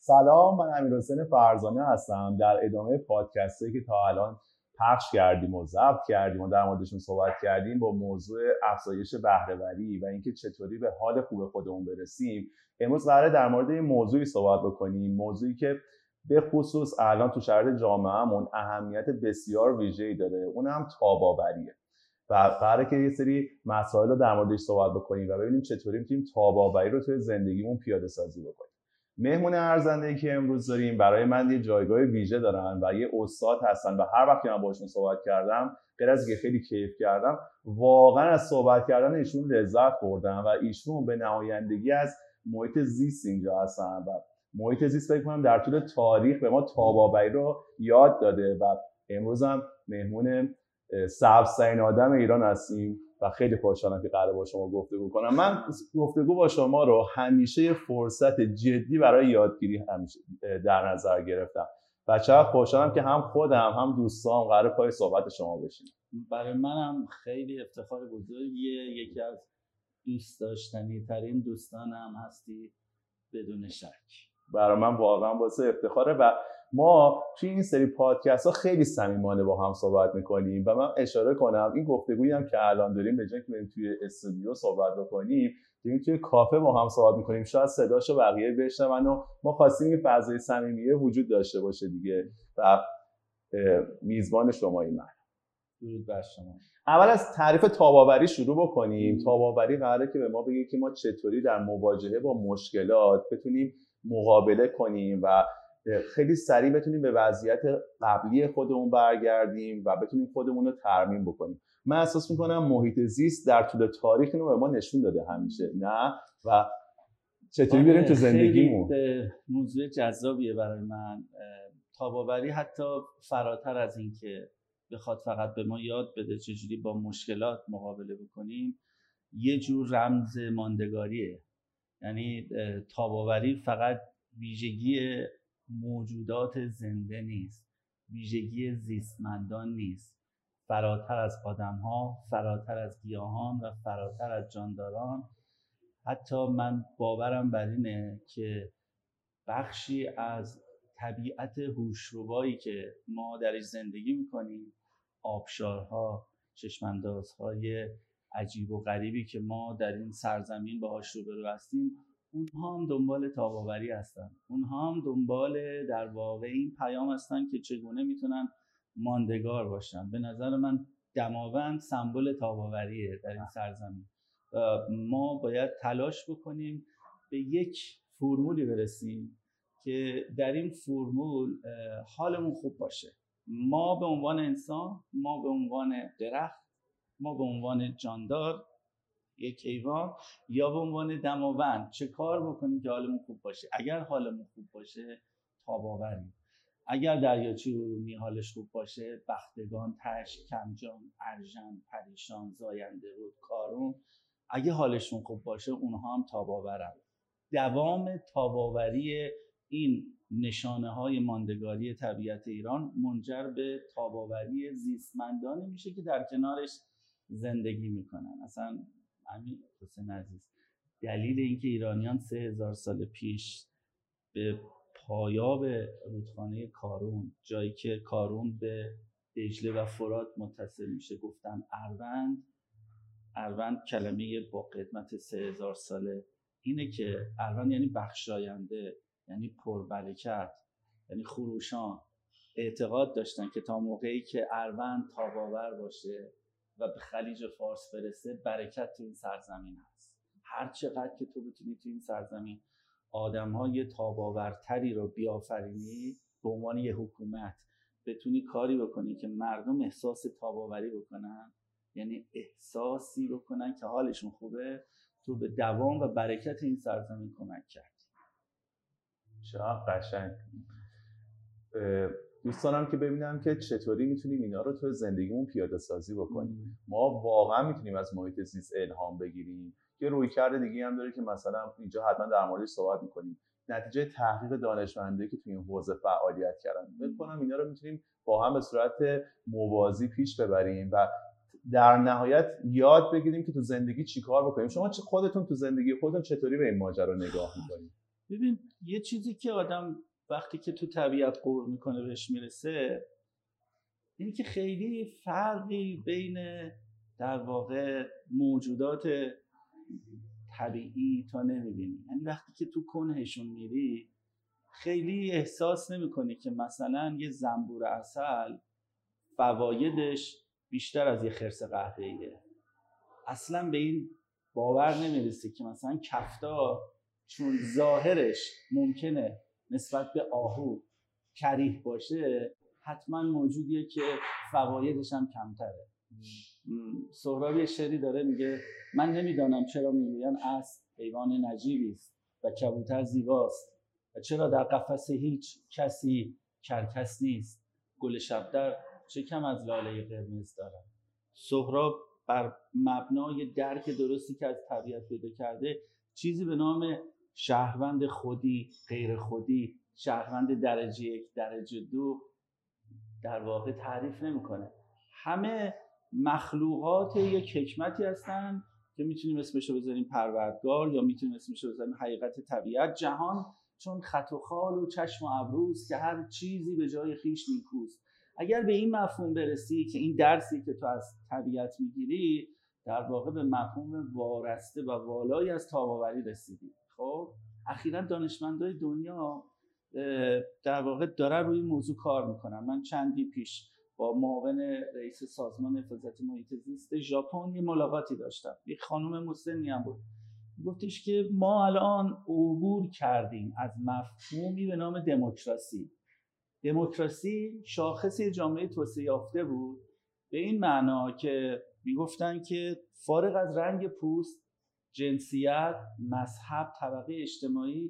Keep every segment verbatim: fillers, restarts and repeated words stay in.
سلام، من امیرحسین فرزانه هستم. در ادامه پادکستایی که تا الان پخش کردیم و ضبط کردیم و در موردشون صحبت کردیم با موضوع افزایش بهره‌وری و اینکه چطوری به حال خوب خودمون برسیم، امروز قراره در مورد این موضوعی صحبت بکنیم، موضوعی که به خصوص الان تو شرایط جامعهمون اهمیت بسیار ویژه‌ای داره، اونم تاب‌آوریه. و قراره که یه سری مسائل رو در موردش صحبت بکنیم و ببینیم چطوری میتونیم تاب‌آوری رو توی زندگیمون پیاده سازی بکنیم. مهمون ارزنده‌ای که امروز داریم برای من یه جایگاه ویژه دارن و یه استاد هستن و هر وقت که من باشون صحبت کردم غیر از که خیلی کیف کردم، واقعا از صحبت کردن ایشون لذت بردم و ایشون به نمایندگی از محیط زیست اینجا هستن و محیط زیست فکر کنم در طول تاریخ به ما تاب‌آوری رو یاد داده و امروز هم مهمون سبزترین آدم ایران هستیم و خیلی خوشحالم که قراره با شما گفتگو کنم. من گفتگو با شما رو همیشه یه فرصت جدی برای یادگیری همیشه در نظر گرفتم و چقدر خوشحالم که هم خودم هم دوستام قراره پای صحبت شما بشیم. برای منم خیلی افتخار بزرگیه، یکی از دوست داشتنی ترین دوستانم هستی بدون شک. برای من واقعا واسه افتخاره و ما توی این سری پادکست ها خیلی صمیمانه با هم صحبت میکنیم و من اشاره کنم این گفتگویی هم که الان داریم به جای که بریم توی استودیو صحبت بکنیم داریم توی کافه با هم صحبت میکنیم، شاید صداشو بقیه بشنون و ما خواستیم این فضای صمیمیه وجود داشته باشه دیگه و میزبان شمایی من. درود بر شما. اول از تعریف تاب‌آوری شروع بکنیم. تاب‌آوری قراره که به ما بگه که ما چطوری در مواجهه با مشکلات بتونیم مقابله کنیم و خیلی سریع بتونیم به وضعیت قبلی خودمون برگردیم و بتونیم خودمون رو ترمیم بکنیم. من احساس میکنم محیط زیست در طول تاریخ اینو به ما نشون داده همیشه، نه؟ و چطوری بریم تو زندگیمون. خیلی موضوع جذابیه برای من. تاب‌آوری حتی فراتر از این که بخواد فقط به ما یاد بده چجوری با مشکلات مقابله بکنیم، یه جور رمز ماندگاریه. یعنی تاب‌آوری فقط ویژگی موجودات زنده نیست، ویژگی زیستمندان نیست، فراتر از آدم‌ها، فراتر از گیاهان و فراتر از جانداران. حتی من باورم بر اینه که بخشی از طبیعت هوش‌ربایی که ما درش زندگی می‌کنیم، آبشارها، چشم‌اندازهای عجیب و غریبی که ما در این سرزمین باهاش روبرو هستیم، اونها هم دنبال تاب‌آوری هستن. اونها هم دنبال در واقع این پیام هستن که چگونه میتونن ماندگار باشن. به نظر من دماوند سمبل تاب‌آوریه در این سرزمین. ما باید تلاش بکنیم به یک فرمولی برسیم که در این فرمول حالمون خوب باشه. ما به عنوان انسان، ما به عنوان درخت، ما به عنوان جاندار، یک حیوان، یا به عنوان دماوند چه کار بکنیم که حالمون خوب باشه. اگر حالمون خوب باشه تاب‌آوریم. اگر دریاچه ارومیه حالش خوب باشه، بختگان، تشت، کمجان، ارژن، پریشان، زاینده رود، کارون، اگه حالشون خوب باشه اونها هم تاب‌آورن. دوام تاب‌آوری این نشانه های ماندگاری طبیعت ایران منجر به تاب‌آوری زیستمندانی میشه که در کنارش زندگی میکنن. اصلا امیر حسین عزیز، دلیل اینکه ایرانیان سه هزار سال پیش به پایاب رودخانه کارون، جایی که کارون به دجله و فرات متصل میشه، گفتن اروند. اروند کلمه با قدمت سه هزار ساله اینه که اروند یعنی بخشاینده، یعنی پربرکت، یعنی خروشان. اعتقاد داشتن که تا موقعی که اروند تاب‌آور باشه و به خلیج فارس برسه، برکت تو این سرزمین هست. هر چقدر که تو بتونی تو این سرزمین آدم‌های تاب‌آورتری رو بیافرینی، به عنوان یه حکومت بتونی کاری بکنی که مردم احساس تاب‌آوری بکنن، یعنی احساسی بکنن که حالشون خوبه، تو به دوام و برکت این سرزمین کمک کردی. چقدر قشنگ. دوست دارم که ببینم که چطوری میتونیم اینا رو تو زندگیمون پیاده سازی بکنیم. ما واقعا میتونیم از محیط زیست الهام بگیریم. یه رویکرد دیگه هم داره که مثلا اینجا حتما در موردش صحبت میکنیم، نتیجه تحقیق دانشمندایی که تو این حوزه فعالیت کردن. فکر کنم اینا رو میتونیم با هم به صورت موازی پیش ببریم و در نهایت یاد بگیریم که تو زندگی چیکار بکنیم. شما خودتون تو زندگی خودتون چطوری به این ماجرا نگاه میکنید؟ ببین یه چیزی که آدم وقتی که تو طبیعت غور میکنه بهش میرسه اینی که خیلی فرقی بین در واقع موجودات طبیعی تا نمیبینی. یعنی وقتی که تو کنهشون میری خیلی احساس نمیکنی که مثلا یه زنبور عسل فوایدش بیشتر از یه خرس قهوه‌ایه. اصلا به این باور نمیرسی که مثلا کفتار چون ظاهرش ممکنه نسبت به آهو کریه باشه حتما موجودیه که فوایدش هم کمتره. سهراب یه شعری داره میگه من نمیدانم چرا میگویند اسب حیوان نجیبی است و کبوتر زیباست و چرا در قفس هیچ کسی کرکس نیست، گل شبدر چه کم از لاله قرمز دارد. سهراب بر مبنای درک درستی که از طبیعت پیدا کرده چیزی به نام شهروند خودی، غیر خودی، شهروند درجه یک، درجه دو در واقع تعریف نمیکنه. همه مخلوقات یک حکمتی هستن که میتونیم اسمش رو بذاریم پروردگار یا میتونیم اسمش رو بذاریم حقیقت طبیعت. جهان چون خط و خال و چشم و ابروست که هر چیزی به جای خویش نیکوست. اگر به این مفهوم برسی که این درسی که تو از طبیعت میگیری در واقع به مفهوم وارسته و والایی از تاب‌آوری رسیدی. خب اخیراً دانشمندای دنیا در واقع دارن روی موضوع کار میکنن. من چندی پیش با معاون رئیس سازمان حفاظت محیط زیست ژاپن یه ملاقاتی داشتم. یک خانم مسنی هم بود. گفتش که ما الان عبور کردیم از مفهومی به نام دموکراسی. دموکراسی شاخص جامعه توسعه یافته بود به این معنا که میگفتن که فارغ از رنگ پوست، جنسیت، مذهب، طبقه اجتماعی،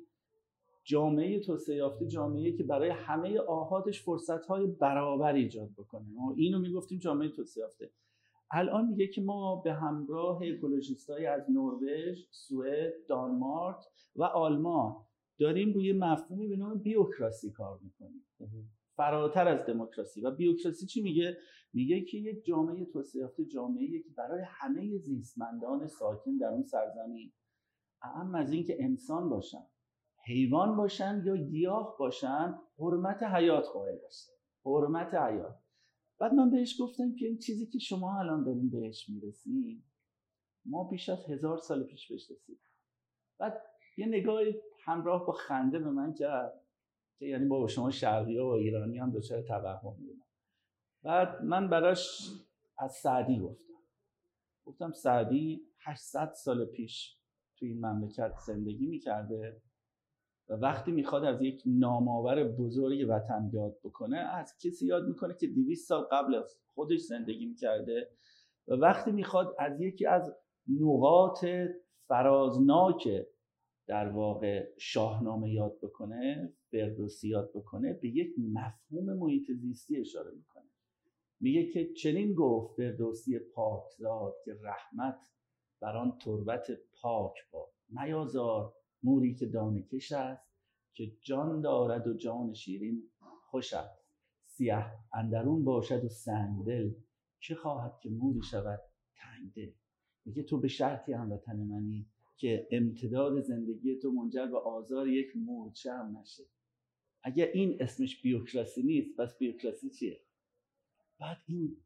جامعه توسعه یافته جامعه‌ای که برای همه آحادش فرصت‌های برابر ایجاد بکنه. ما اینو میگفتیم جامعه توسعه یافته. الان میگه که ما به همراه اکولوژیست‌های از نروژ، سوئد، دانمارک و آلمان داریم روی مفهومی به نام بیوکراسی کار میکنیم، فراتر از دموکراسی. و بیوکراسی چی میگه؟ میگه که یک جامعه توسعه یافته جامعه‌ای که برای همه زیستمندان ساکن در اون سرزمین، اهم از این که انسان باشن، حیوان باشن یا گیاه باشن، حرمت حیات قائل باشه. حرمت حیات. بعد من بهش گفتم که این چیزی که شما الان دارین بهش میرسین ما بیش از هزار سال پیش بهش رسیدیم. بعد یه نگاهی همراه با خنده به من کرد که یعنی با شما شرقی‌ها و ایرانی هم دچار توهم می‌بینم. بعد من براش از سعدی گفتم. گفتم سعدی هشتصد سال پیش توی این مملکت زندگی می‌کرده و وقتی میخواد از یک نامآور بزرگ وطن یاد بکنه از کسی یاد میکنه که دویست سال قبل از خودش زندگی میکرده و وقتی میخواد از یکی از نقاط فرازناک در واقع شاهنامه یاد بکنه، فردوسی یاد بکنه، به یک مفهوم محیط زیستی اشاره میکنه. میگه که چنین گفت فردوسی پاکزاد که رحمت بر آن تربت پاک باد. میازار موری که دانه کش است که جان دارد و جان شیرین خوش است. سیه اندرون باشد و سنگدل چه خواهد که موری شود تنگدل. میگه تو به شرطی هموطن منی که امتداد زندگی تو منجر به آزار یک مورچه هم نشه. اگه این اسمش بیوکراسی نیست پس بیوکراسی چیه؟ بعد این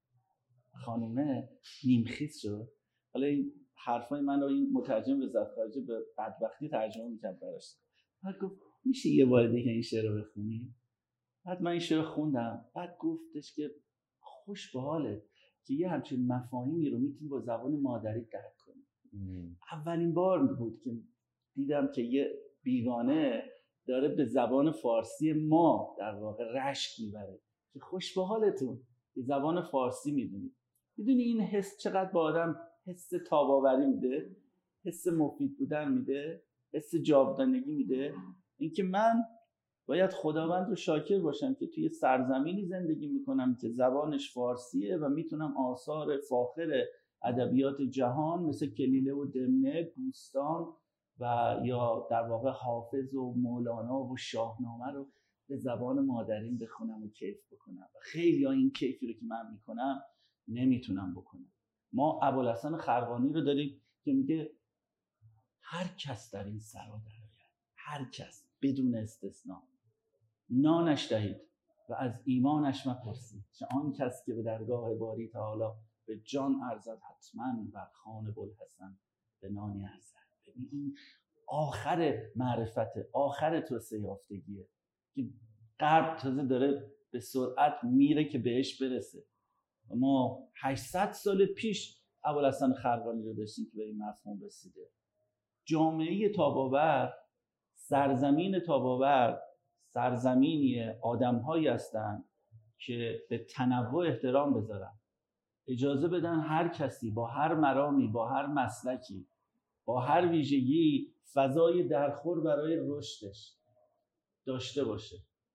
خانومه نیمخیز شد. حالا این حرفای من رو این مترجم وزارت خارجه به بدبختی ترجمه میکرد براش. بعد گفت میشه یه بار دیگه این شعر رو بخونی؟ بعد من این شعر رو خوندم. بعد گفتش که خوش به حالت که یه همچین مفاهیمی رو میتونی با زبان مادری درک کنی. اولین بار بود که دیدم که یه بیگانه داره به زبان فارسی ما در واقع رشک میبره که خوش به حالتون که زبان فارسی میدونید. میدونی این حس چقدر با آدم حس تاب‌آوری میده، حس مفید بودن میده، حس جاودانگی میده. اینکه من باید خداوند رو شاکر باشم که توی سرزمینی زندگی میکنم که زبانش فارسیه و میتونم آثار فاخر ادبیات جهان مثل کلیله و دمنه، بوستان و یا در واقع حافظ و مولانا و شاهنامه رو به زبان مادرین بخونم و کیف بکنم. و خیلی ها این کیفی رو که من میکنم نمیتونم بکنم. ما ابوالحسن خروانی رو داریم که میگه هر کس در این سرا درآید، هر کس بدون استثناء نانش دهید و از ایمانش مپرسید، چه آن کس که به درگاه باری تعالی به جان ارزد حتما بر خوان بوالحسن به نانی ارزد. ببین آخر معرفت، آخر توسعه یافتگیه که غرب تازه داره به سرعت میره که بهش برسه. ما هشتصد سال پیش ابوالحسن خرقانی رو داشتیم که به این مفهوم رسیده. جامعه تاباور، سرزمین تاباور سرزمینی آدم‌هایی هستن که به تنوع احترام بذارن، اجازه بدن هر کسی با هر مرامی، با هر مسلکی، با هر ویژگی فضای درخور برای رشدش داشته باشه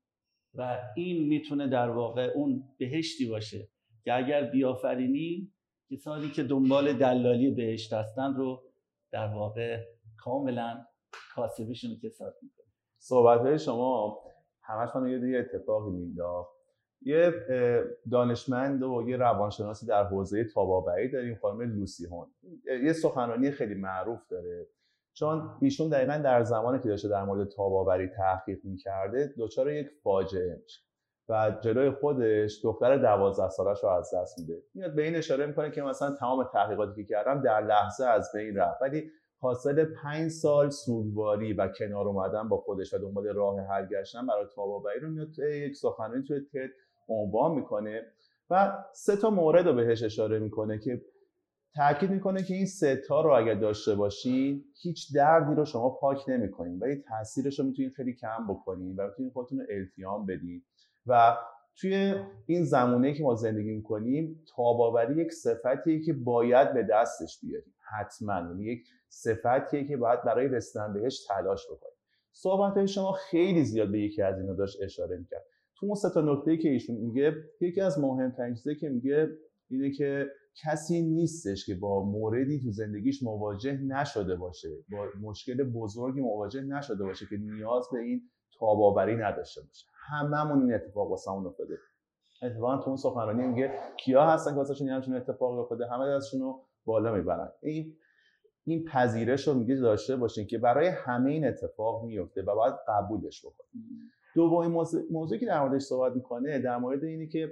و این میتونه در واقع اون بهشتی باشه که اگر بیافرینیم کسانی که دنبال دلالی بهشت هستن رو در واقع کاملا کاسبشون رو کساد میکنه. صحبت‌های شما همش من یه دیگه اتفاقی مینداخت. یه دانشمند و یه روانشناسی در حوزه تاباوری داریم، خانم لوسی هون. یه سخنرانی خیلی معروف داره، چون ایشون دقیقاً در زمانی که داشته در مورد تاباوری تحقیق می‌کرده دچار یک فاجعه میشه و جلوی خودش دختر دوازده سالش رو از دست میده. میاد به این اشاره میکنه که مثلا تمام تحقیقاتی که کردم در لحظه از بین رفت، ولی حاصل پنج سال سوگواری و کنار اومدن با خودش و دنبال راه حل گشتن برای تاباوری رو میاد یک سخنرانی توی تد عنوان میکنه و سه تا مورد رو بهش اشاره میکنه که تاکید میکنه که این سه تا رو اگر داشته باشین هیچ دردی رو شما پاک نمیکنین، ولی تاثیرش رو میتونین خیلی کم بکنین و میتونین خودتون رو التیام بدین. و توی این زمانه‌ای که ما زندگی میکنیم تاباوری یک صفتیه که باید به دستش بیاریم، حتما، یعنی یک صفتیه که باید برای رسیدن بهش تلاش بکنیم. صحبت‌های شما خیلی زیاد به یکی از اینا داشت اشاره میکرد. تو اون سه تا نکته‌ای که ایشون میگه، یکی از مهم‌ترین چیزایی که میگه اینه که کسی نیستش که با موردی تو زندگیش مواجه نشده باشه، با مشکل بزرگی مواجه نشده باشه که نیاز به این تاباوری نداشته باشه. هممون این اتفاق واسمون افتاده. اتفاقا تو اون سخنرانی میگه کیا هستن که واسهشون همچین اتفاقی افتاده، همه دستشون رو بالا میبرن. این این پذیرش رو میگه داشته باشین که برای همه این اتفاق میفته و باید قبولش بکنید. دومین موضوع موضوعی که در موردش صحبت میکنه در مورد اینه که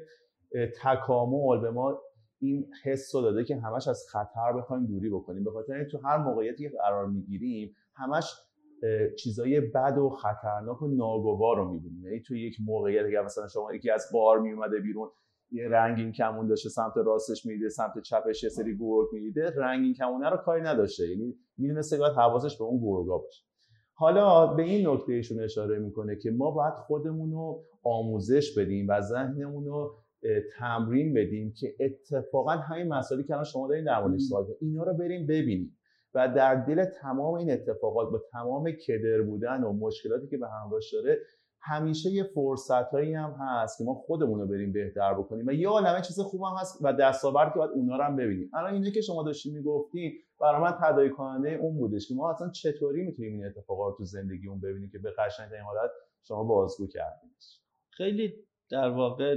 تکامل به ما این حس رو داده که همش از خطر بخوایم دوری بکنیم، به خاطر اینکه تو هر موقعیتی که قرار میگیریم همش چیزای بد و خطرناک و ناگوار رو میبینیم. یعنی تو یک موقعیت که مثلا شما یکی از غار میومده بیرون، یه رنگین کمون داشته سمت راستش میده، سمت چپش یه سری گرگ میده، رنگین کمونه رو کاری نداشته، یعنی میدونسته باید حواسش به اون گرگا باشه. حالا به این نکته ایشون اشاره میکنه که ما باید خودمون رو آموزش بدیم و ذهنمون رو تمرین بدیم که اتفاقا همین مسائلی که الان شما دارین در موردش صحبت می‌کنید اینا رو بریم ببینیم و در دل تمام این اتفاقات با تمام کدر بودن و مشکلاتی که به همراهش داره همیشه یه فرصتایی هم هست که ما خودمون رو بریم بهتر بکنیم و یه عالمه چیز خوب هم هست و دستاوردی که باید اونا رو هم ببینیم. الان اینه که شما داشتین میگفتین برای من تداعی کننده اون بودش که ما اصلا چطوری میتونیم این اتفاقات رو تو زندگیمون ببینیم که به قشنگترین حالت شما بازگو کردینش. خیلی در واقع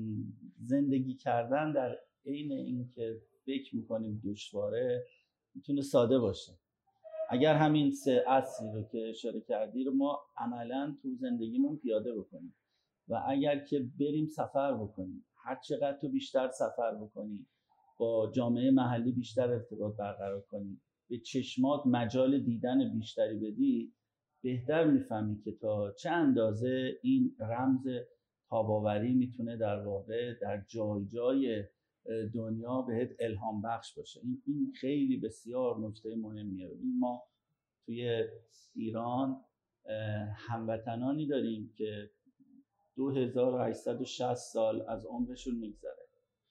زندگی کردن در عین اینکه فکر میکنیم دشواره میتونه ساده باشه. اگر همین سه اصلی رو که اشاره کردی رو ما عملاً تو زندگیمون پیاده بکنیم و اگر که بریم سفر بکنیم، هر چقدر تو بیشتر سفر بکنی، با جامعه محلی بیشتر ارتباط برقرار کنی، به چشمات مجال دیدن بیشتری بدی، بهتر میفهمی که تا چه اندازه این رمز تاباوری میتونه در واقع در جای جای دنیا بهت الهام بخش باشه. این این خیلی بسیار نکته مهمیه. ما توی ایران هموطنانی داریم که دو هزار و هشتصد و شصت سال از عمرشون میگذره.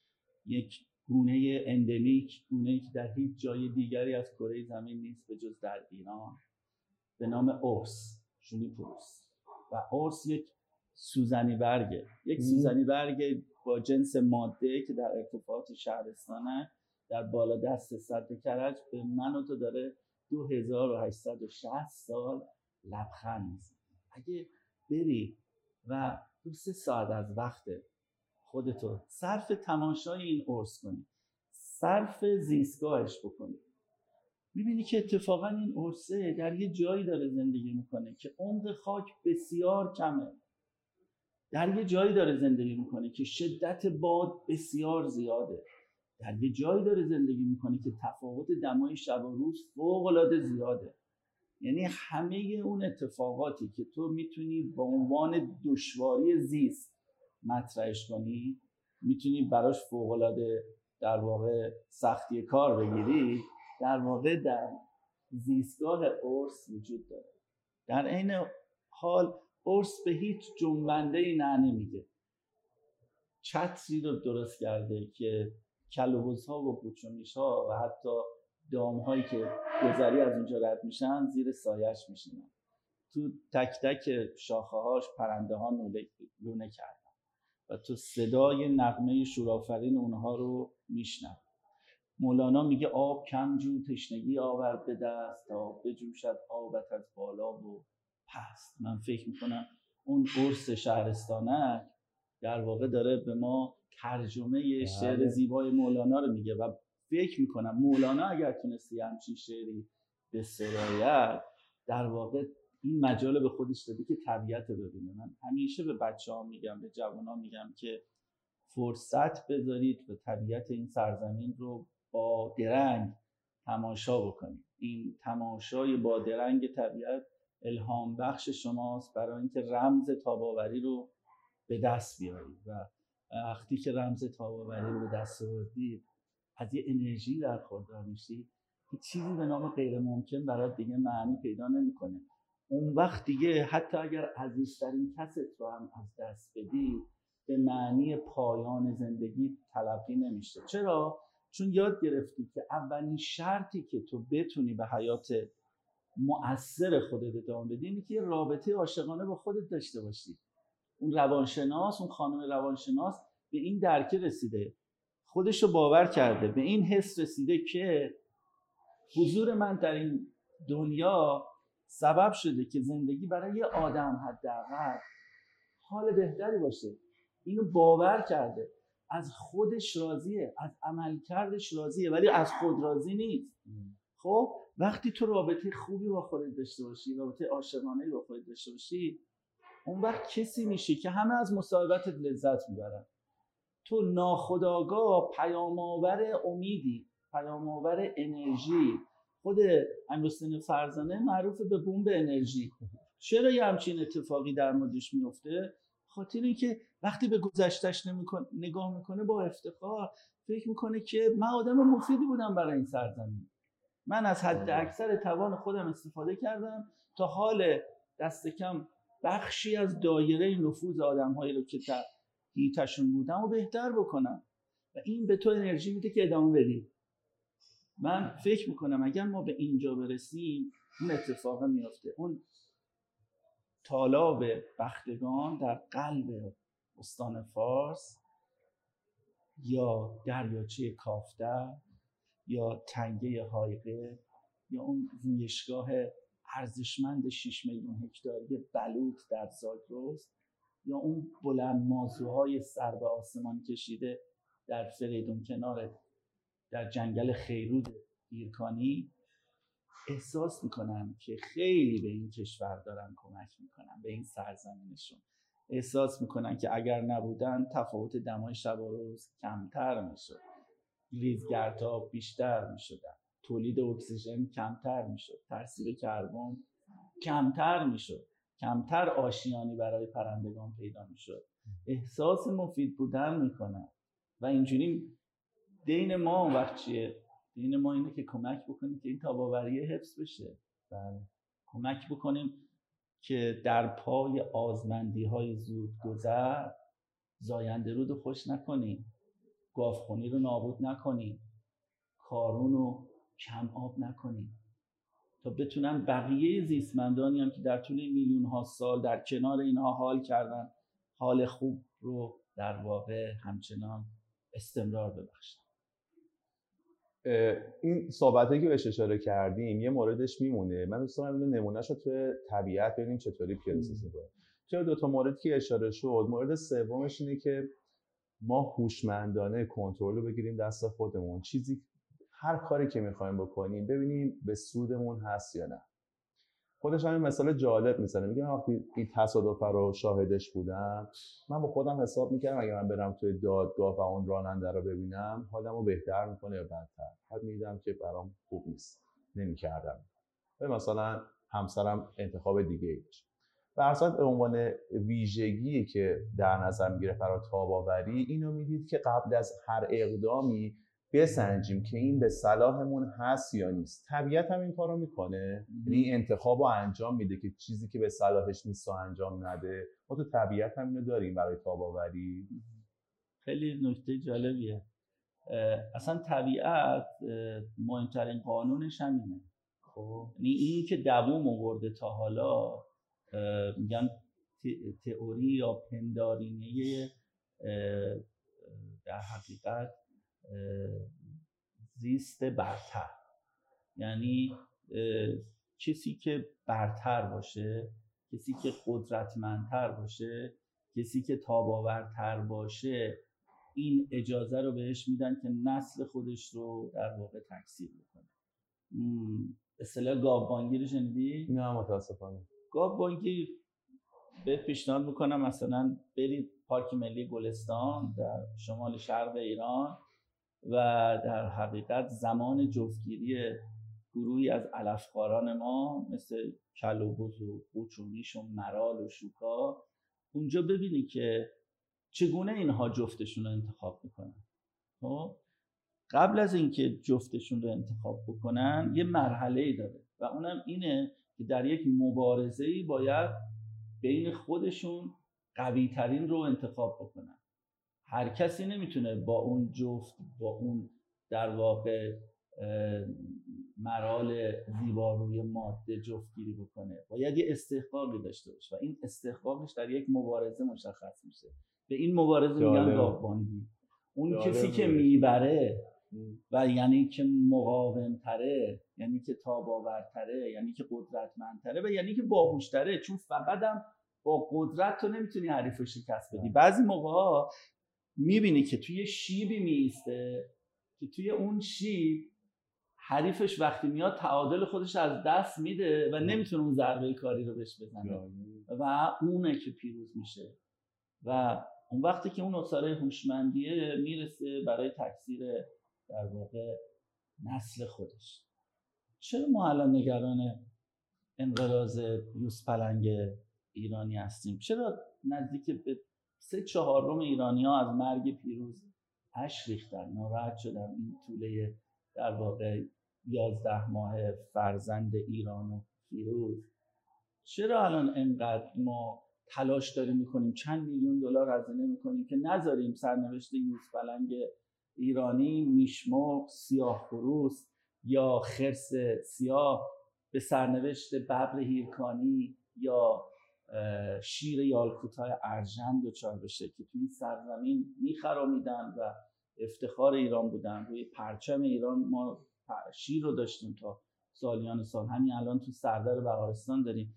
یک گونه اندمیک، گونه‌ای که در هیچ جای دیگری از کره زمین نیست به جز در ایران، به نام ارس، ژونیپوروس. و ارس یک سوزنی برگه، یک سوزنی برگه با جنس ماده که در ارتفاعات شهرستانه در بالا دست سد کرج به من و تو داره دو هزار و هشتصد و شصت سال لبخند میزنه. اگه بری و دو سه ساعت از وقت خودتو صرف تماشای این ارس کنی، صرف زیستگاهش بکنی، میبینی که اتفاقا این عرصه در یه جایی داره زندگی میکنه که عمق خاک بسیار کمه، در یه جایی داره زندگی میکنه که شدت باد بسیار زیاده، در یه جایی داره زندگی میکنه که تفاوت دمای شب و روز فوق‌العاده زیاده. یعنی همه اون اتفاقاتی که تو میتونی به عنوان دشواری زیست مطرحش کنی، میتونی براش فوق‌العاده در واقع سختی کار بگیری، در واقع در زیستگاه ارس وجود داره. در عین حال ارس به هیچ جنبنده‌ای نه نمیگه. چتری رو درست کرده که کل‌وبزها و پوچونیش‌ها و حتی دام‌هایی که گذری از اونجا رد میشن زیر سایش میشینن. تو تک تک شاخه‌هاش پرنده‌ها لونه کردن و تو صدای نغمه شورآفرین اونها رو میشنن. مولانا میگه آب کم جو تشنگی آور به دست تا بجوشد آبت از بالا و پست. من فکر میکنم اون ارس شهرستانک در واقع داره به ما ترجمه شعر زیبای مولانا رو میگه و فکر میکنم مولانا اگر تونستی همچین شعری به سرایت در واقع این مجال به خودش داده که طبیعت رو ببینه. من همیشه به بچه ها میگم، به جوان ها میگم که فرصت بذارید و طبیعت این سرزمین رو با درنگ تماشا بکنید. این تماشای با درنگ طبیعت الهام بخش شماست برای اینکه رمز تاب‌آوری رو به دست بیارید و وقتی که رمز تاب‌آوری رو به دست آوردید از یه انرژی برخوردار میشید که چیزی به نام غیر ممکن برات دیگه معنی پیدا نمیکنه. اون وقت دیگه حتی اگر عزیزترین کست رو هم از دست بدی به معنی پایان زندگی تلقی نمیشه. چرا؟ چون یاد گرفتی که اولین شرطی که تو بتونی به حیات مؤثر خودت ادامه بدی اینه که یه رابطه عاشقانه با خودت داشته باشی. اون روانشناس، اون خانم روانشناس به این درک رسیده، خودشو باور کرده، به این حس رسیده که حضور من در این دنیا سبب شده که زندگی برای یه آدم حداقل حال بهتری باشه. اینو باور کرده، از خودش راضیه، از عملکردش راضیه ولی از خود راضی نیست. خب وقتی تو رابطه خوبی با خودت داشته باشی، رابطه عاشقانه‌ای با خودت داشته باشی، اون وقت کسی میشی که همه از مصاحبتت لذت میبرن. تو ناخودآگاه پیام‌آور امیدی، پیام‌آور انرژی. خود امیرحسین فرزانه معروف به بمب انرژی. چرا یه همچین اتفاقی در موردش میفته؟ خاطر اینکه وقتی به گذشته‌اش نگاه میکنه با افتخار فکر میکنه که من آدم مفیدی بودم برای این سرزمین. من از حد اکثر توان خودم استفاده کردم تا حال دست کم بخشی از دایره نفوذ آدم‌هایی رو که در هیتشون بودم و بهتر بکنم و این به تو انرژی میده که ادامه بدی. من فکر میکنم اگر ما به اینجا برسیم اون اتفاق میفته. اون تالاب بختگان در قلب استان فارس یا دریاچه کافتر یا تنگه هایقه یا اون رویشگاه ارزشمند شش میلیون هکتاری بلوط در زاگرس یا اون بلند مازوهای سر به آسمان کشیده در فریدون کنار در جنگل خیرود ایرکانی احساس میکنم که خیلی به این کشور دارن کمک میکنن، به این سرزمینشون. احساس میکنن که اگر نبودن تفاوت دمای شب و روز کمتر میشد، ریزگردها بیشتر میشدن، تولید اکسیژن کمتر میشد، ترسیب کربن کمتر میشد، کمتر آشیانی برای پرندگان پیدا میشد. احساس مفید بودن میکنن و اینجوری دین ما اون وقت چیه؟ دین ما اینه که کمک بکنیم که این تاب‌آوری حفظ بشه. بله. کمک بکنیم که در پای آزمندی های زود گذر زاینده رود رو خوش نکنیم، گاوخونی رو نابود نکنیم، کارون رو کم آب نکنیم تا بتونن بقیه زیستمندانی هم که در طول میلیون ها سال در کنار اینها حال کردن حال خوب رو در واقع همچنان استمرار ببخشن. این صحبتایی که بهش اشاره کردیم یه موردش میمونه. من دوست دارم اینو نمونهشو توی طبیعت ببینیم چطوری پیاده می‌کنه. چرا دو تا موردی که اشاره شد، مورد سومش اینه که ما هوشمندانه کنترل رو بگیریم دست خودمون. چیزی هر کاری که میخوایم بکنیم ببینیم به سودمون هست یا نه. خودش همین مثال جالب میزنه، میگه من وقتی این تصادف رو شاهدش بودم، من با خودم حساب میکردم اگه من برم توی دادگاه و اون راننده رو ببینم حالمو بهتر میکنه یا بدتر. بعد میدیدم که برام خوب نیست، نمیکردم. مثلا همسرم انتخاب دیگه ای داشت. به هر صورت به عنوان ویژگی که در نظر میگیره برای تاب‌آوری، اینو میدید که قبل از هر اقدامی بسنجیم که این به صلاحمون هست یا نیست. طبیعت هم این کارو میکنه، یعنی انتخابو انجام میده که چیزی که به صلاحش نیست رو انجام نده. ما تو طبیعت هم اینو داریم برای تاب‌آوری. خیلی نکته جالبیه. اصلا طبیعت مهمترین قانونش همینه. خب یعنی این که دوام آورده تا حالا، میگن تئوری یا پندارینه در حقیقت زیست برتر، یعنی کسی که برتر باشه، کسی که قدرتمندتر باشه، کسی که تاب‌آورتر باشه، این اجازه رو بهش میدن که نسل خودش رو در واقع تکثیر بکنه. اصطلاح گاوبانگی رو شنیدی؟ نه متاسفانه. گاوبانگی بهت پیشنهاد میکنم مثلا برید پارک ملی گلستان در شمال شرق ایران و در حقیقت زمان جفتگیری گروهی از علفخواران ما مثل کل و بز و قوچ و میش و مرال و شوکا، اونجا ببینی که چگونه اینها جفتشون رو انتخاب میکنن. خب قبل از اینکه جفتشون رو انتخاب بکنن یه مرحله‌ای داره و اونم اینه که در یک مبارزه‌ای باید بین خودشون قوی ترین رو انتخاب بکنن. هر کسی نمیتونه با اون جفت، با اون در واقع مرال زیباروی ماده جفتگیری بکنه. باید یه استحقاقی داشته باشه و این استحقاقش در یک مبارزه مشخص میشه. به این مبارزه میگن گاوبانگی. اون کسی که میبره و یعنی که مقاومتره، یعنی که تاب‌آورتره، یعنی که قدرتمندتره و یعنی که باهوشتره، چون فقط هم با قدرت تو نمیتونی حریف رو شکست بدی. بعضی موقع‌ها میبینی که توی شیبی میسته که توی اون شیب حریفش وقتی میاد تعادل خودش از دست میده و نمیتونه اون ضربه کاری رو بهش بزنه و اونه که پیروز میشه. و اون وقتی که اون اصاره هوشمندیه میرسه برای تکثیر در واقع نسل خودش. چرا ما الان نگران انقراض یوزپلنگ ایرانی هستیم؟ چرا نزدیک به سه چهارم ایرانی ها از مرگ پیروز اشک ریختن، ناراحت شدن؟ این طوله در واقع یازده ماه فرزند ایران و پیروز. چرا الان انقدر ما تلاش داریم میکنیم، چند میلیون دلار هزینه میکنیم که نذاریم سرنوشت یوزپلنگ ایرانی، میشمرغ، سیاه خروس یا خرس سیاه به سرنوشت ببر هیرکانی یا شیر یالکوتای ارژن دچار بشه که تو این سرزمین میخرامیدن و افتخار ایران بودن. روی پرچم ایران ما شیر رو داشتیم تا سالیان سال، همین الان تو سردر بهارستان داریم.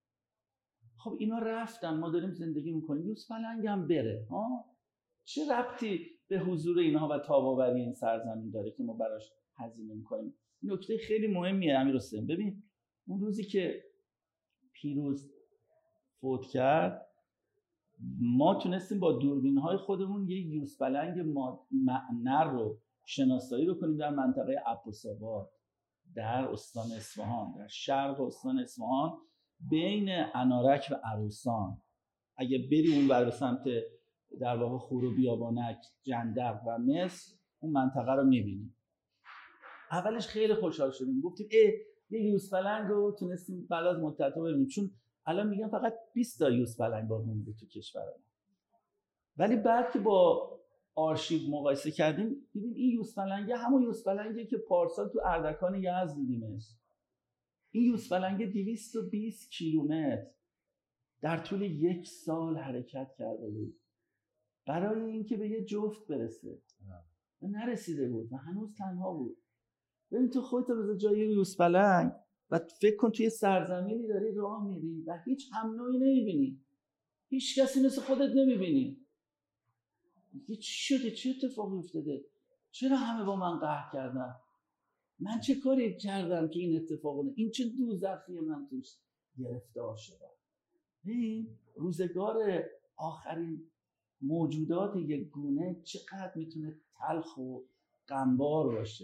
خب اینا رفتن، ما داریم زندگی میکنیم، یوزپلنگ هم بره. ها چه ربطی به حضور اینها و تاب‌آوری این سرزمین داره که ما براش هزینه میکنیم؟ نکته خیلی مهمیه امیرحسین. ببین اون روزی که پیروز فوت کرد، ما تونستیم با دوربین‌های خودمون یه یوزپلنگ نر رو شناسایی بکنیم در منطقه عباس‌آباد در استان اصفهان، در شرق استان اصفهان بین انارک و عروسان. اگه بری اون بر به سمت در واقع خور و بیابانک، جندق و مصر، اون منطقه رو می‌بینی. اولش خیلی خوشحال شدیم، گفتیم ای یه یوزپلنگ رو تونستیم بعد از مدت‌ها ببینیم، چون الان میگن فقط بیست تا یوزپلنگ با مونده تو کشور ما. ولی بعد که با آرشیو مقایسه کردیم دیدیم این یوزپلنگ همون یوزپلنگی که پارسال تو اردکان یزد دیدیمش. این یوزپلنگ دویست و بیست کیلومتر در طول یک سال حرکت کرده بود برای اینکه به یه جفت برسه و نرسیده بود و هنوز تنها بود. ببین تو خودت بذار جای یوزپلنگ و فکر کن توی سرزمینی داری راه میری و هیچ هم نوعی نمیبینی، هیچ کسی مثل خودت نمیبینی. چی شده؟ چه اتفاقی افتاده؟ چرا همه با من قهر کردن؟ من چه کاری کردم که این اتفاق افتاد؟ این چه دوزخی من توش گرفتار شدم. این روزگار آخرین موجودات یک گونه چقدر میتونه تلخ و غمبار باشه.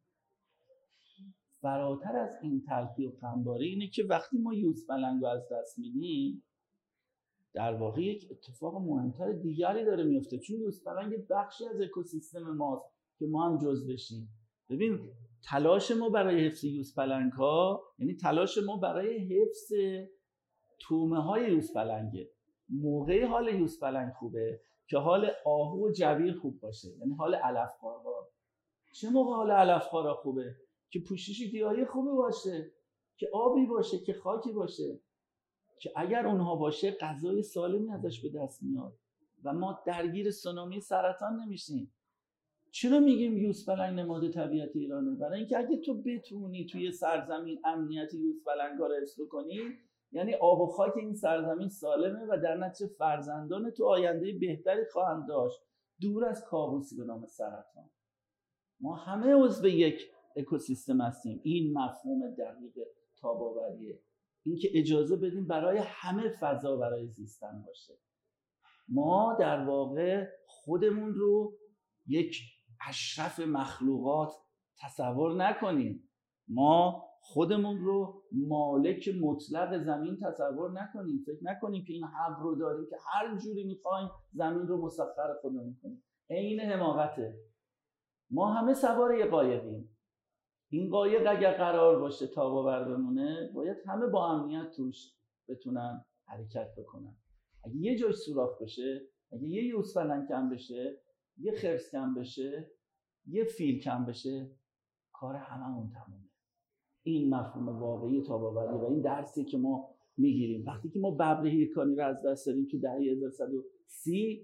فراتر از این تلخی و غمباری اینه که وقتی ما یوزپلنگ رو از دست میدیم در واقع یک اتفاق مهمتر دیگری داره میفته، چون یوزپلنگ بخشی از اکوسیستم ماست که ما هم جز بشیم. ببین تلاش ما برای حفظ یوزپلنگ ها یعنی تلاش ما برای حفظ تومه های یوزپلنگه. موقعی حال یوزپلنگ خوبه که حال آهو و جویر خوب باشه، یعنی حال علفخوارها. چه موقع حال علفخوارها خوبه؟ که پوشش گیاهی خوبی باشه، که آبی باشه، که خاکی باشه، که اگر اونها باشه غذای سالمی ازش به دست میاد و ما درگیر سونامی سرطان نمیشیم. چرا میگیم یوزپلنگ نماد طبیعت ایرانه؟ برای اینکه اگه تو بتونی توی سرزمین امنیت یوزپلنگ‌ها رو حفظ کنی، یعنی آب و خاک این سرزمین سالمه و در نتیجه فرزندان تو آینده بهتری خواهند داشت، دور از کابوسی به نام سرطان. ما همه عضو یک اکوسیستم هستیم. این مفهوم دقیق تاب‌آوریه، اینکه اجازه بدیم برای همه فضا برای زیستن باشه. ما در واقع خودمون رو یک اشرف مخلوقات تصور نکنیم. ما خودمون رو مالک مطلق زمین تصور نکنیم. فکر نکنیم که این حق رو داریم که هر جوری میخوایم زمین رو مسخر خودمون کنیم. عین حماقته. ما همه سوار یه قایقیم. این قایق اگر قرار باشه تاب‌آور بمونه، باید همه با امنیت توش بتونن حرکت بکنن. اگه یه جای سوراخ بشه، اگه یه یوزپلنگ کم بشه، یه خرس کم بشه، یه فیل کم بشه، کار هممون تمومه. این مفهوم واقعی تاب‌آوری و این درسی که ما میگیریم وقتی که ما ببر هیرکانی رو از دست دادیم. تو دهه هزار و صد و سی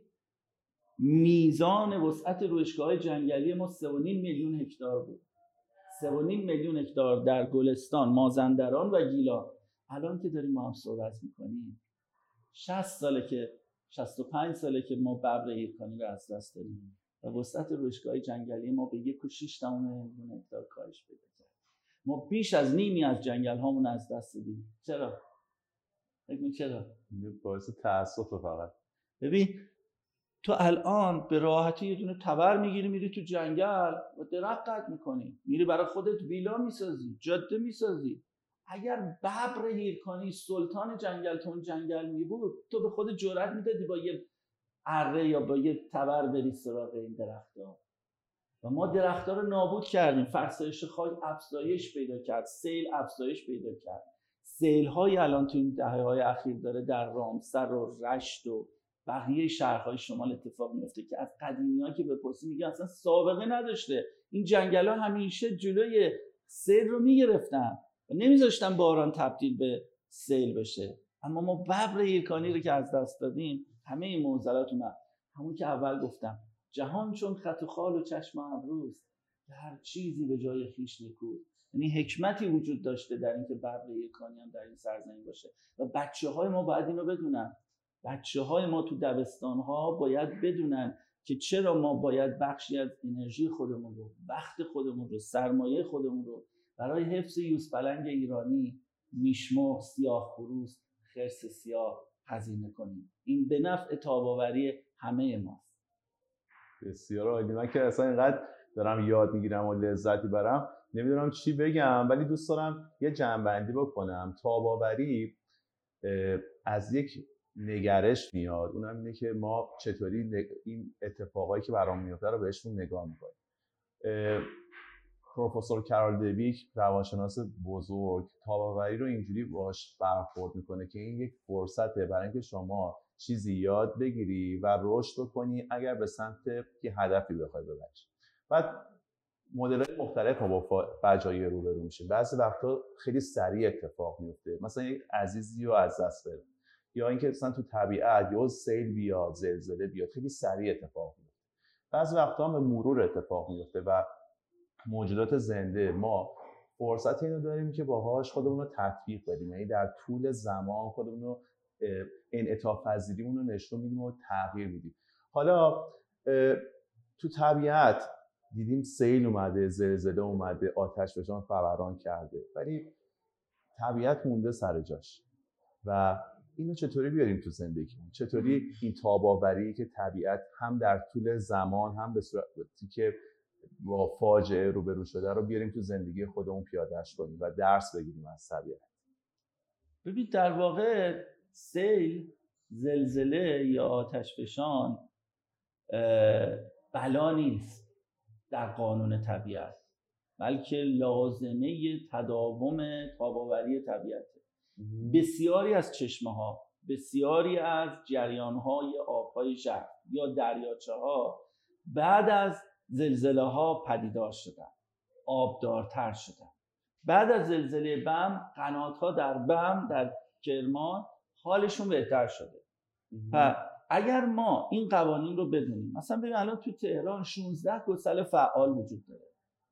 میزان وسعت رویشگاه‌های جنگلی ما سه و نیم میلیون هکتار بود. سه و نیم میلیون هکتار در گلستان، مازندران و گیلان. الان که داریم ما هم صحبت میکنیم شصت ساله که شصت و پنج ساله که ما ببر هیرکانی رو از دست دادیم و وسعت رویشگاه جنگلی ما به یک و شش دهم میلیون هکتار کاهش پیدا کرد. ما بیش از نیمی از جنگل هامون از دست دادیم. چرا؟ بگو چرا؟ باعث تأسف فقط. ببین تو الان به راحتی یه دونه تبر میگیری میری تو جنگل و درخت قطع میکنی، میری برای خودت ویلا میسازی، جاده میسازی. اگر ببر هیرکانی سلطان جنگل تو اون جنگل میبود، تو به خودت جرأت میدادی با یه اره یا با یه تبر بری سراغ این درخت‌ها؟ و ما درخت‌ها رو نابود کردیم. فرسایش خاک افزایش پیدا کرد، سیل افزایش پیدا کرد. سیل‌های الان تو این دهه‌های اخیر داره در رامسر و رشت و بقیه شهرهای شمال اتفاق میفته که از قدیمی‌ها که بپرسی میگن اصلا سابقه نداشته. این جنگل‌ها همیشه جلوی سیل رو میگرفتن و نمیذاشتن باران تبدیل به سیل بشه. اما ما ببر هیرکانی رو که از دست دادیم، همه این معضلات اومد. همون که اول گفتم، جهان چون خط و خال و چشم ابروست که هر چیزی به جای خویش نیکوست. یعنی حکمتی وجود داشته در اینکه ببر هیرکانی هم در این سرزمین باشه و بچه‌های ما باید اینو بدونن. بچه‌های ما تو دبستان‌ها باید بدونن که چرا ما باید بخشی از انرژی خودمون رو، وقت خودمون رو، سرمایه خودمون رو برای حفظ یوزپلنگ ایرانی، میشمر، سیاه‌خروس، خرس سیاه هزینه کنیم. این به نفع تاب‌آوری همه ماست. بسیار عالی. من که اصلا اینقدر دارم یاد میگیرم و لذتی برم نمیدونم چی بگم، ولی دوست دارم یه جمع‌بندی بکنم. تاب‌آوری از یک نگرش میاد، اونم اینه که ما چطوری این اتفاقایی که برامون میفته رو بهشون نگاه میکنیم. پروفسور کارول دویک، روانشناس بزرگ، تاب‌آوری رو اینجوری باهاش برخورد میکنه که این یک فرصته برای اینکه شما چیزی یاد بگیری و رشد بکنی اگر به سمت یه هدفی بخوای ببری. بعد مدل‌های مختلف ما با فجایع روبرو میشیم. بعضی وقتا خیلی سریع اتفاق میفته، مثلا یک عزیزی رو از دست بده، یا اینکه مثلا تو طبیعت یا سیل بیاد، زلزله بیاد، خیلی سریع اتفاق میفته. بعضی وقتا هم به مرور اتفاق میفته و موجودات زنده ما فرصت اینو داریم که باهاش خودمون رو تطبیق بدیم، یعنی در طول زمان خودمون رو انعطاف پذیریمون رو نشون میدیم و تغییر میدیم. حالا تو طبیعت دیدیم سیل اومده، زلزله اومده، آتش فشان فوران کرده، ولی طبیعت مونده سر جاش. و اینو چطوری بیاریم تو زندگیمون؟ چطوری این تاب‌آوری که طبیعت هم در طول زمان هم به صورتی که با فاجعه روبرو شده رو بیاریم تو زندگی خودمون پیاده‌اش کنیم و درس بگیریم از طبیعت؟ ببین در واقع سیل، زلزله یا آتش فشان بلا نیست در قانون طبیعت، بلکه لازمه تداوم تاب‌آوری طبیعت. بسیاری از چشمه‌ها، بسیاری از جریان‌های آب‌های ژرف یا دریاچه‌ها بعد از زلزله‌ها پدیدار شدن، آبدارتر شدن. بعد از زلزله بم، قنات‌ها در بم در کرمان حالشون بهتر شده. و اگر ما این قوانین رو بدونیم، مثلا ببین الان تو تهران شانزده گسل فعال وجود داره.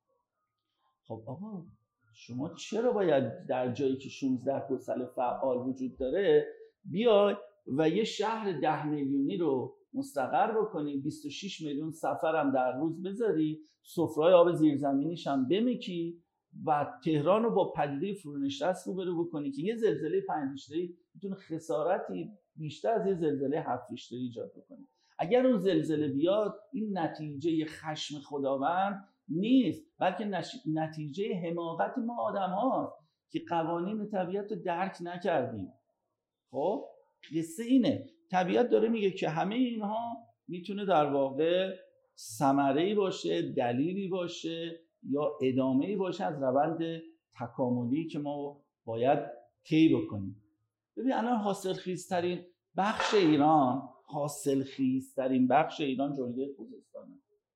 خب آقا شما چرا باید در جایی که شانزده گسل فعال وجود داره بیای و یه شهر ده میلیونی رو مستقر بکنی، بیست و شش میلیون سفرم در روز بذاری، سفره‌های آب زیرزمینیش هم بمکی و تهران رو با پدیده فرونشست روبرو بکنی که یه زلزله پنج ریشتری میتونه خسارتی بیشتر از یه زلزله هفت ریشتری ایجاد بکنه. اگر اون زلزله بیاد، این نتیجه خشم خداوند نیست، بلکه نتیجه حماقت ما آدم ها که قوانین طبیعت رو درک نکردیم. خب قصه اینه، طبیعت داره میگه که همه اینها میتونه در واقع ثمره‌ای باشه، دلیلی باشه یا ادامه‌ای باشه از روند تکاملی که ما باید طی بکنیم. ببین الان حاصلخیزترین بخش ایران، حاصلخیزترین بخش ایران جلگه خوزستانه.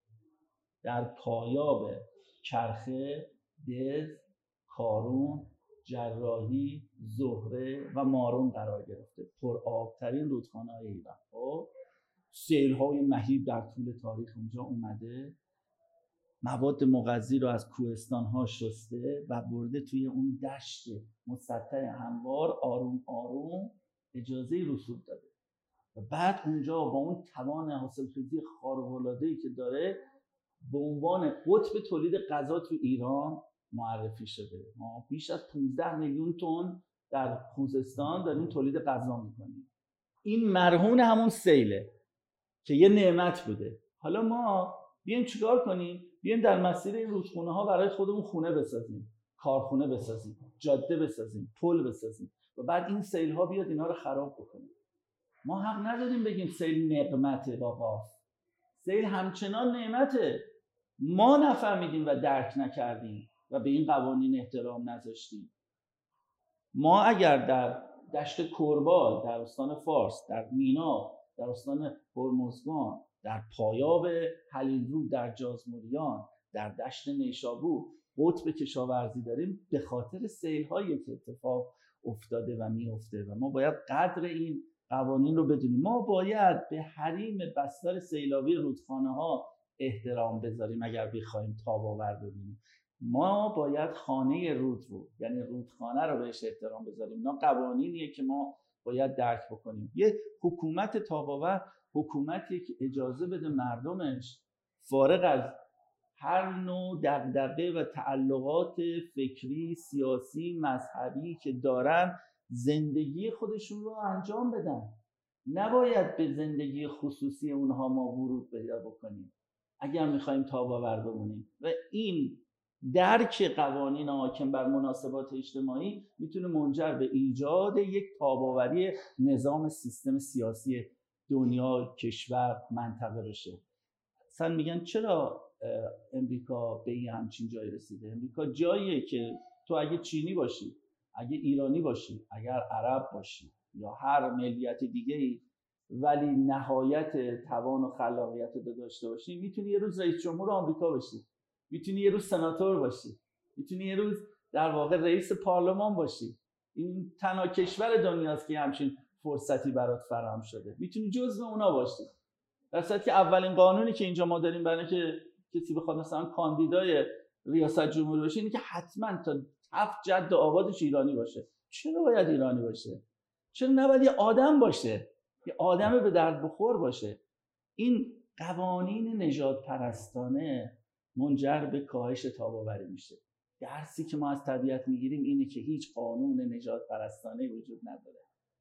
در پایاب چرخه، دز، کارون، جراحی، زهره و مارون قرار گرفته. پرآبترین رودخانه‌های ایران. خب سیل‌های مهیب در طول تاریخ اونجا اومده، مواد مغذی رو از کوهستان‌ها شسته و برده توی اون دشت مسطح هموار آروم آروم اجازه رسوب داده و بعد اونجا با اون توان حاصلخیزی خارق‌العاده‌ای که داره به عنوان قطب تولید غذا تو ایران معرفی شده. ما بیش از پانزده میلیون تن در خوزستان داریم تولید غذا میکنیم. این مرهون همون سیله که یه نعمت بوده. حالا ما بیایم چیکار کنیم؟ بیایم در مسیر این رودخونه ها برای خودمون خونه بسازیم، کارخونه بسازیم، جاده بسازیم، پل بسازیم و بعد این سیل ها بیاد اینا رو خراب بکنه. ما حق نداریم بگیم سیل نقمته با قاف. سیل همچنان نعمته. ما نفهمیدیم و درک نکردیم و به این قوانین احترام نذاشتیم. ما اگر در دشت کربال، در استان فارس، در مینا، در استان هرمزگان، در پایاب هلیلرود، در جازموریان، در دشت نیشابور قطب کشاورزی داریم، به خاطر سیل‌هایی که اتفاق افتاده و میفته و ما باید قدر این قوانین رو بدونیم. ما باید به حریم بستر سیلابی رودخانه‌ها احترام بذاریم اگر بخوایم تاب‌آور ببینیم. ما باید خانه رود رو، یعنی رودخانه رو بهش احترام بذاریم. اینا قوانینیه که ما باید درک بکنیم. یه حکومت تاب‌آور حکومتیه که اجازه بده مردمش فارغ از هر نوع دغدغه و تعلقات فکری، سیاسی، مذهبی که دارن زندگی خودشون رو انجام بدن. نباید به زندگی خصوصی اونها ما ورود پیدا بکنیم اگر میخوایم تاب‌آور بمونیم. و این درک قوانین حاکم بر مناسبات اجتماعی میتونه منجر به ایجاد یک تاب‌آوری نظام سیستم سیاسی دنیا، کشور، منطقه بشه. مثلا میگن چرا امریکا به این همچین جایی رسیده؟ امریکا جاییه که تو اگه چینی باشی، اگه ایرانی باشی، اگر عرب باشی یا هر ملیت دیگه‌ای، ولی نهایت توان و خلاقیت رو داشته باشی، میتونی یه روز رئیس جمهور آمریکا باشی، میتونی یه روز سناتور باشی، میتونی یه روز در واقع رئیس پارلمان باشی. این تنها کشور دنیاست که همچین فرصتی برات فراهم شده، میتونی جزو اونا باشی. در صورتی که اولین قانونی که اینجا ما داریم برای که کسی بخواد مثلا کاندیدای ریاست جمهوری بشه اینه که حتما تا هفت جد و آبادش ایرانی باشه. چرا باید ایرانی باشه؟ چرا نباید یه آدم باشه؟ یه آدم به درد بخور باشه. این قوانین نژاد پرستانه منجر به کاهش تاب‌آوری میشه. درسی که ما از طبیعت میگیریم اینه که هیچ قانون نجات پرستانه وجود نداره،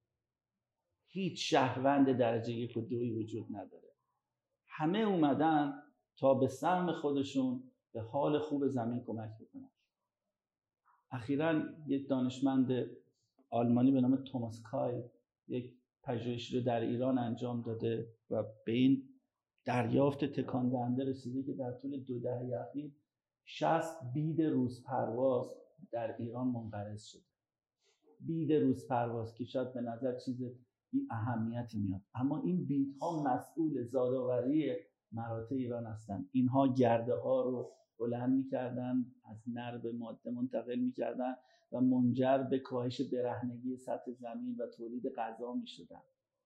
هیچ شهروند درجه یک و دوی وجود نداره. همه اومدن تا به سهم خودشون به حال خوب زمین کمک بکنن. اخیراً یک دانشمند آلمانی به نام توماس کای یک پژوهشی رو در ایران انجام داده و به این دریافت تکان دهنده رسیده که در طول دو دهه اخیر شصت بید روزپرواز در ایران منقرض شده. بید روزپرواز که شاید به نظر چیز بی اهمیتی میاد، اما این بیدها مسئول زادآوری مراتع ایران هستند. اینها گرده ها رو بلند میکردن، از نر به ماده منتقل میکردن و منجر به کاهش برهنگی سطح زمین و تولید غذا میشدن.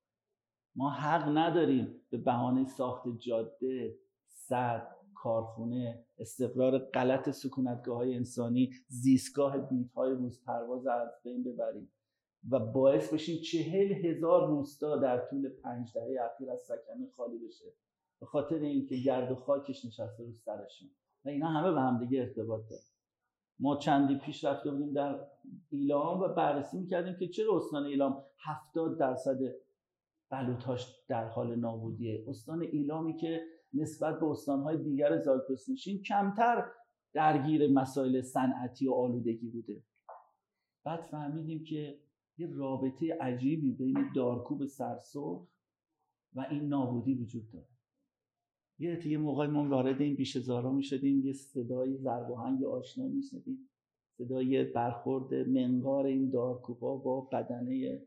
ما حق نداریم به بهانه ساخت جاده، سد، کارخونه، استقرار غلط سکونتگاه‌های انسانی، زیستگاه بیدهای روزپرواز از بین ببریم و باعث بشیم چهل هزار روستا در طول پنج دهه اخیر از سکنه خالی بشه به خاطر اینکه گرد و خاکش نشسته رو سرشون و اینا همه به هم دیگه ارتباط داره. ما چندی پیش رفته بودیم در ایلام و بررسی میکردیم که چرا استان ایلام هفتاد درصد بلوط‌هاش در حال نابودیه. استان ایلامی که نسبت به استان‌های دیگر زاگرس نشین کمتر درگیر مسائل صنعتی و آلودگی بوده. بعد فهمیدیم که یه رابطه عجیبی بین دارکوب سرسرخ و این نابودی وجود داره. یه یه موقعی ما وارد این بیشه‌زارا می‌شدیم، یه صدای ضرب آهنگ آشنا می‌شنیدیم، صدای برخورد منقار این دارکوب‌ها با بدنه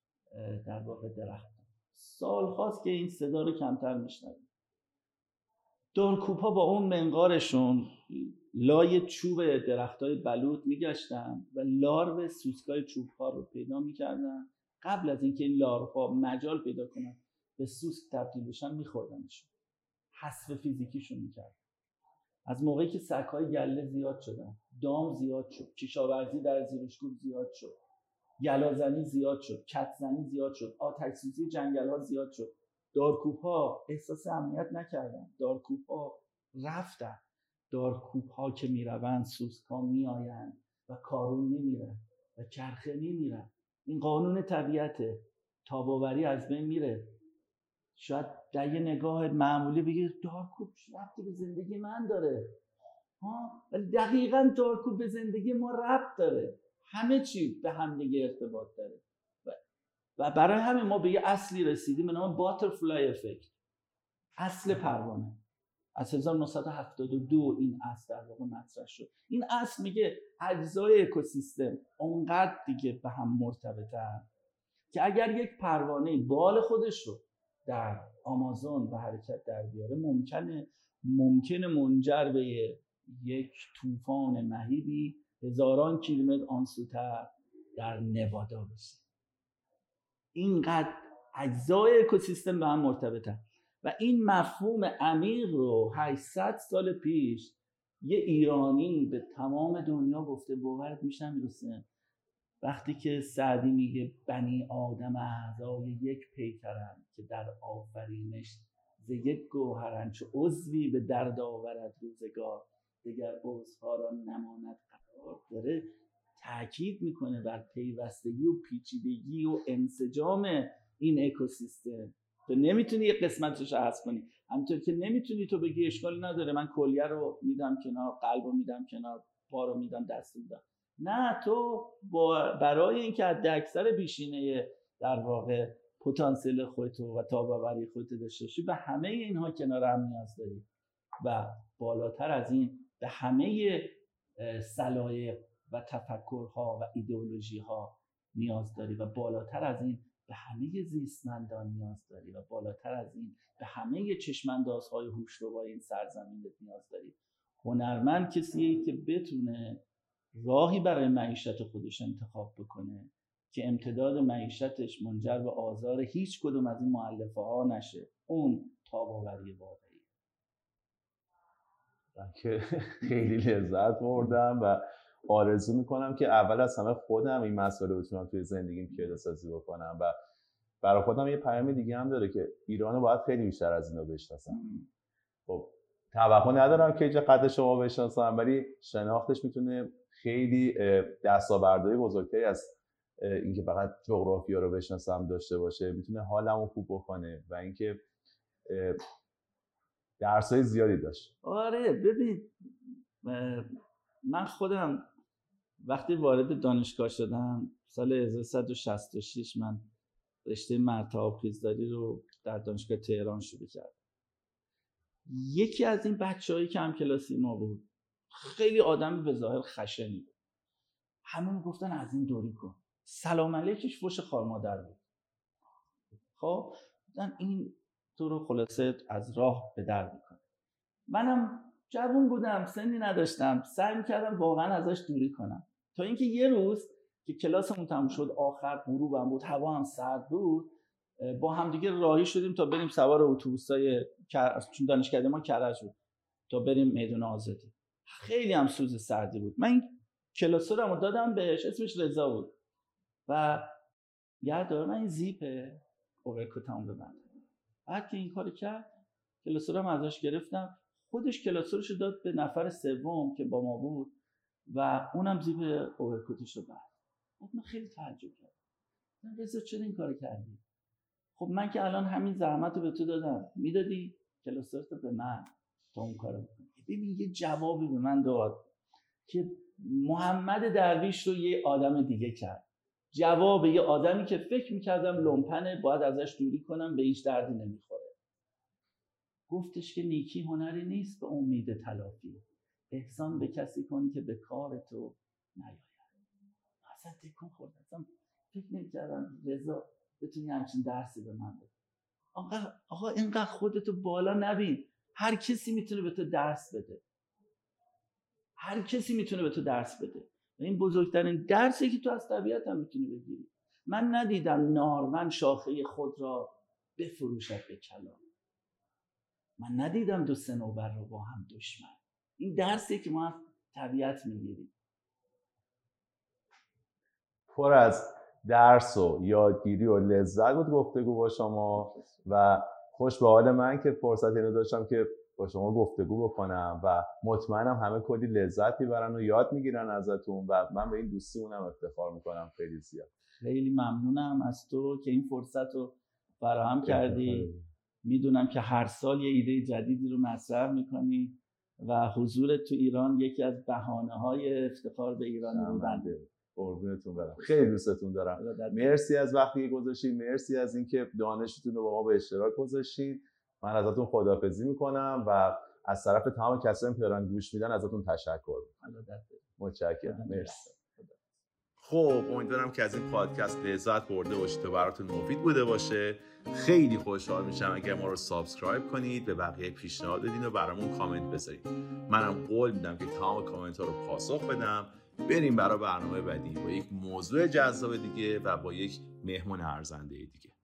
در واقع درخت. سال خواست که این صدا رو کمتر میشنویم. دارکوب‌ها با اون منقارشون لای چوب درختای بلوط میگشتن و لارو سوسکای چوب‌ها رو پیدا میکردن. قبل از اینکه این لاروها مجال پیدا کنن به سوسک تبدیل بشن میخوردنشون، حذف فیزیکیشون میکردن. از موقعی که سگ‌های گله زیاد شدن، دام زیاد شد، کشاورزی در زیرشکوب زیاد شد، گلازنی زیاد شد، کتزنی زیاد شد، آتش‌سوزی جنگل‌ها زیاد شد، دارکوب‌ها احساس امنیت نکردن، دارکوب‌ها رفتن. دارکوب‌ها که میروند سوسک‌ها میآیند و کارون میمیرن و چرخه میمیرن. این قانون طبیعته. تاب‌آوری از بین میره. شاید در یه نگاه معمولی بگید دارکوب ربطی به زندگی من داره، ها، ولی دقیقاً دارکوب به زندگی ما ربط داره. همه چی به هم دیگه ارتباط داره و برای همین ما به یه اصلی رسیدیم به نام باترفلای افکت، اصل پروانه. از هزار و نهصد و هفتاد و دو این اصل در واقع مطرح شد. این اصل میگه اجزای اکوسیستم اونقدر دیگه به هم مرتبطن که اگر یک پروانه بال خودش رو در آمازون به حرکت در بیاره ممکنه ممکنه منجر به یک طوفان مهیبی هزاران کیلومتر آنسوتر در نوادا بشه. اینقدر اجزای اکوسیستم به هم مرتبطن و این مفهوم عمیق رو هشتصد سال پیش یه ایرانی به تمام دنیا گفته. باورت میشه میرسه وقتی که سعدی میگه بنی آدم اعضای یک پیکرند که در آفرینش ز یک گوهرند، چو عضوی به درد آورد روزگار دیگر عضوها را نماند قرار. داره تاکید میکنه بر پیوستگی و پیچیدگی و انسجام این اکوسیستم. تو نمیتونی یک قسمتش رو حذف کنی، همونطور که نمیتونی تو بگی اشکالی نداره من کلیه رو میدم کنار، قلب رو میدم کنار، پا رو میدم، دست رو میدم. نه، تو با برای اینکه حد اکثر بیشینه در واقع پتانسیل خودت و تاب‌آوری خودت داشته باشی به همه اینها کنار هم نیاز داری و بالاتر از این به همه سلایق و تفکرها و ایدئولوژی‌ها نیاز داری و بالاتر از این به همه زیستمندان نیاز داری و بالاتر از این به همه چشماندازهای هوش‌ربای این سرزمینت نیاز داری. هنرمند کسیه که بتونه راهی برای معیشت خودش انتخاب بکنه که امتداد معیشتش منجر به آزار هیچ کدوم از این مؤلفه ها نشه. اون تاب‌آوری واقعی. که خیلی لذت بردم و آرزو میکنم که اول از همه خودم این مسئله بتونم توی زندگیم پیاده سازی بکنم و برای خودم یه پیام دیگه هم داره که ایرانو باید خیلی بیشتر از اینا بشناسم. خب توقع ندارم که اینجا قد شما بشناسم، ولی شناختش میتونه خیلی دستاوردهای بزرگتری از اینکه فقط جغرافیا رو بشناسم داشته باشه. میتونه حالمو خوب بکنه و اینکه درسای زیادی داشت. آره ببین من خودم وقتی وارد دانشگاه شدم سال هزار و سیصد و شصت و شش من رشته مرد آبخیزداری رو در دانشگاه تهران شروع کردم. یکی از این بچه‌هایی که هم کلاسی ما بود خیلی آدم به ظاهر خشنی بود. همه میگفتن از این دوری کن. سلام علیکش فوش خار مادر بود. خب مثلا این تو رو خلاصه از راه به در میکنه. منم جوون بودم، سنی نداشتم، سعی میکردم واقعا ازش دوری کنم. تا اینکه یه روز که کلاسمون تموم شد، آخر غروبم بود، هوا هم سرد بود، با هم دیگه راهی شدیم تا بریم سوار اتوبوسای چون دانشکده ما کرج بود تا بریم میدون آزادی. خیلی هم سوز سردی بود. من کلاسورمو دادم بهش، اسمش رضا بود و یادم من این زیپ اوورکوتام ببندم. بعد که این کارو کرد کلاسورم ازش گرفتم، خودش کلاسورشو داد به نفر سوم که با ما بود و اونم زیپ اوورکوتش رو بست. من خیلی تعجب کردم. من رضا چرا این کارو کردی؟ خب من که الان همین زحمت رو به تو دادم، میدادی کلاسورتو به من تا اون کارو بکنی. ببین یه جوابی به من داد که محمد درویش رو یه آدم دیگه کرد. جواب یه آدمی که فکر میکردم لومپنه، باید ازش دوری کنم، به هیچ دردی نمیخوره. گفتش که نیکی هنری نیست به امید تلافی، احسان به کسی کن که به کار تو نیاید. اصلا تکون خورد، اصلا فکر نمیکردم رضا بتونی همچین درسی به من بده. آقا آقا اینقدر خودتو بالا نبین، هر کسی میتونه به تو درس بده. هر کسی میتونه به تو درس بده. و این بزرگترین درسی که تو از طبیعت هم میتونی بگیری. من ندیدم نارون شاخه خود را بفروشد به کلام. من ندیدم دو صنوبر رو با هم دشمن. این درسی که ما از طبیعت میگیریم. پر از درس و یادگیری و لذت بود گفتگو با شما و خوش به حال من که فرصت اینو داشتم که با شما گفتگو بکنم و مطمئنم همه کلی لذت میبرن و یاد میگیرن ازتون و من به این دوستیمونم افتخار میکنم خیلی زیاد. خیلی ممنونم از تو که این فرصت رو فراهم کردی. میدونم که هر سال یه ایده جدیدی رو مطرح میکنی و حضور تو ایران یکی از بهانه‌های افتخار به ایران بودن. قربونتون برم. خیلی دوستتون دارم. مرسی از وقتی گذاشتید، مرسی از اینکه دانشتون رو با ما به اشتراک گذاشتید. من ازتون خداحافظی میکنم و از طرف تمام کسایی که دارن گوش میدن ازتون تشکر میکنم. متشکرم. مرسی. خب امیدوارم که از این پادکست لذت برده باشید و براتون مفید بوده باشه. خیلی خوشحال میشم اگر ما رو سابسکرایب کنید، به بقیه پیشنهاد بدین و برامون کامنت بذارید. منم قول میدم که تمام کامنت ها رو پاسخ بدم. بریم برای برنامه بعدی با یک موضوع جذاب دیگه و با یک مهمون ارزنده دیگه.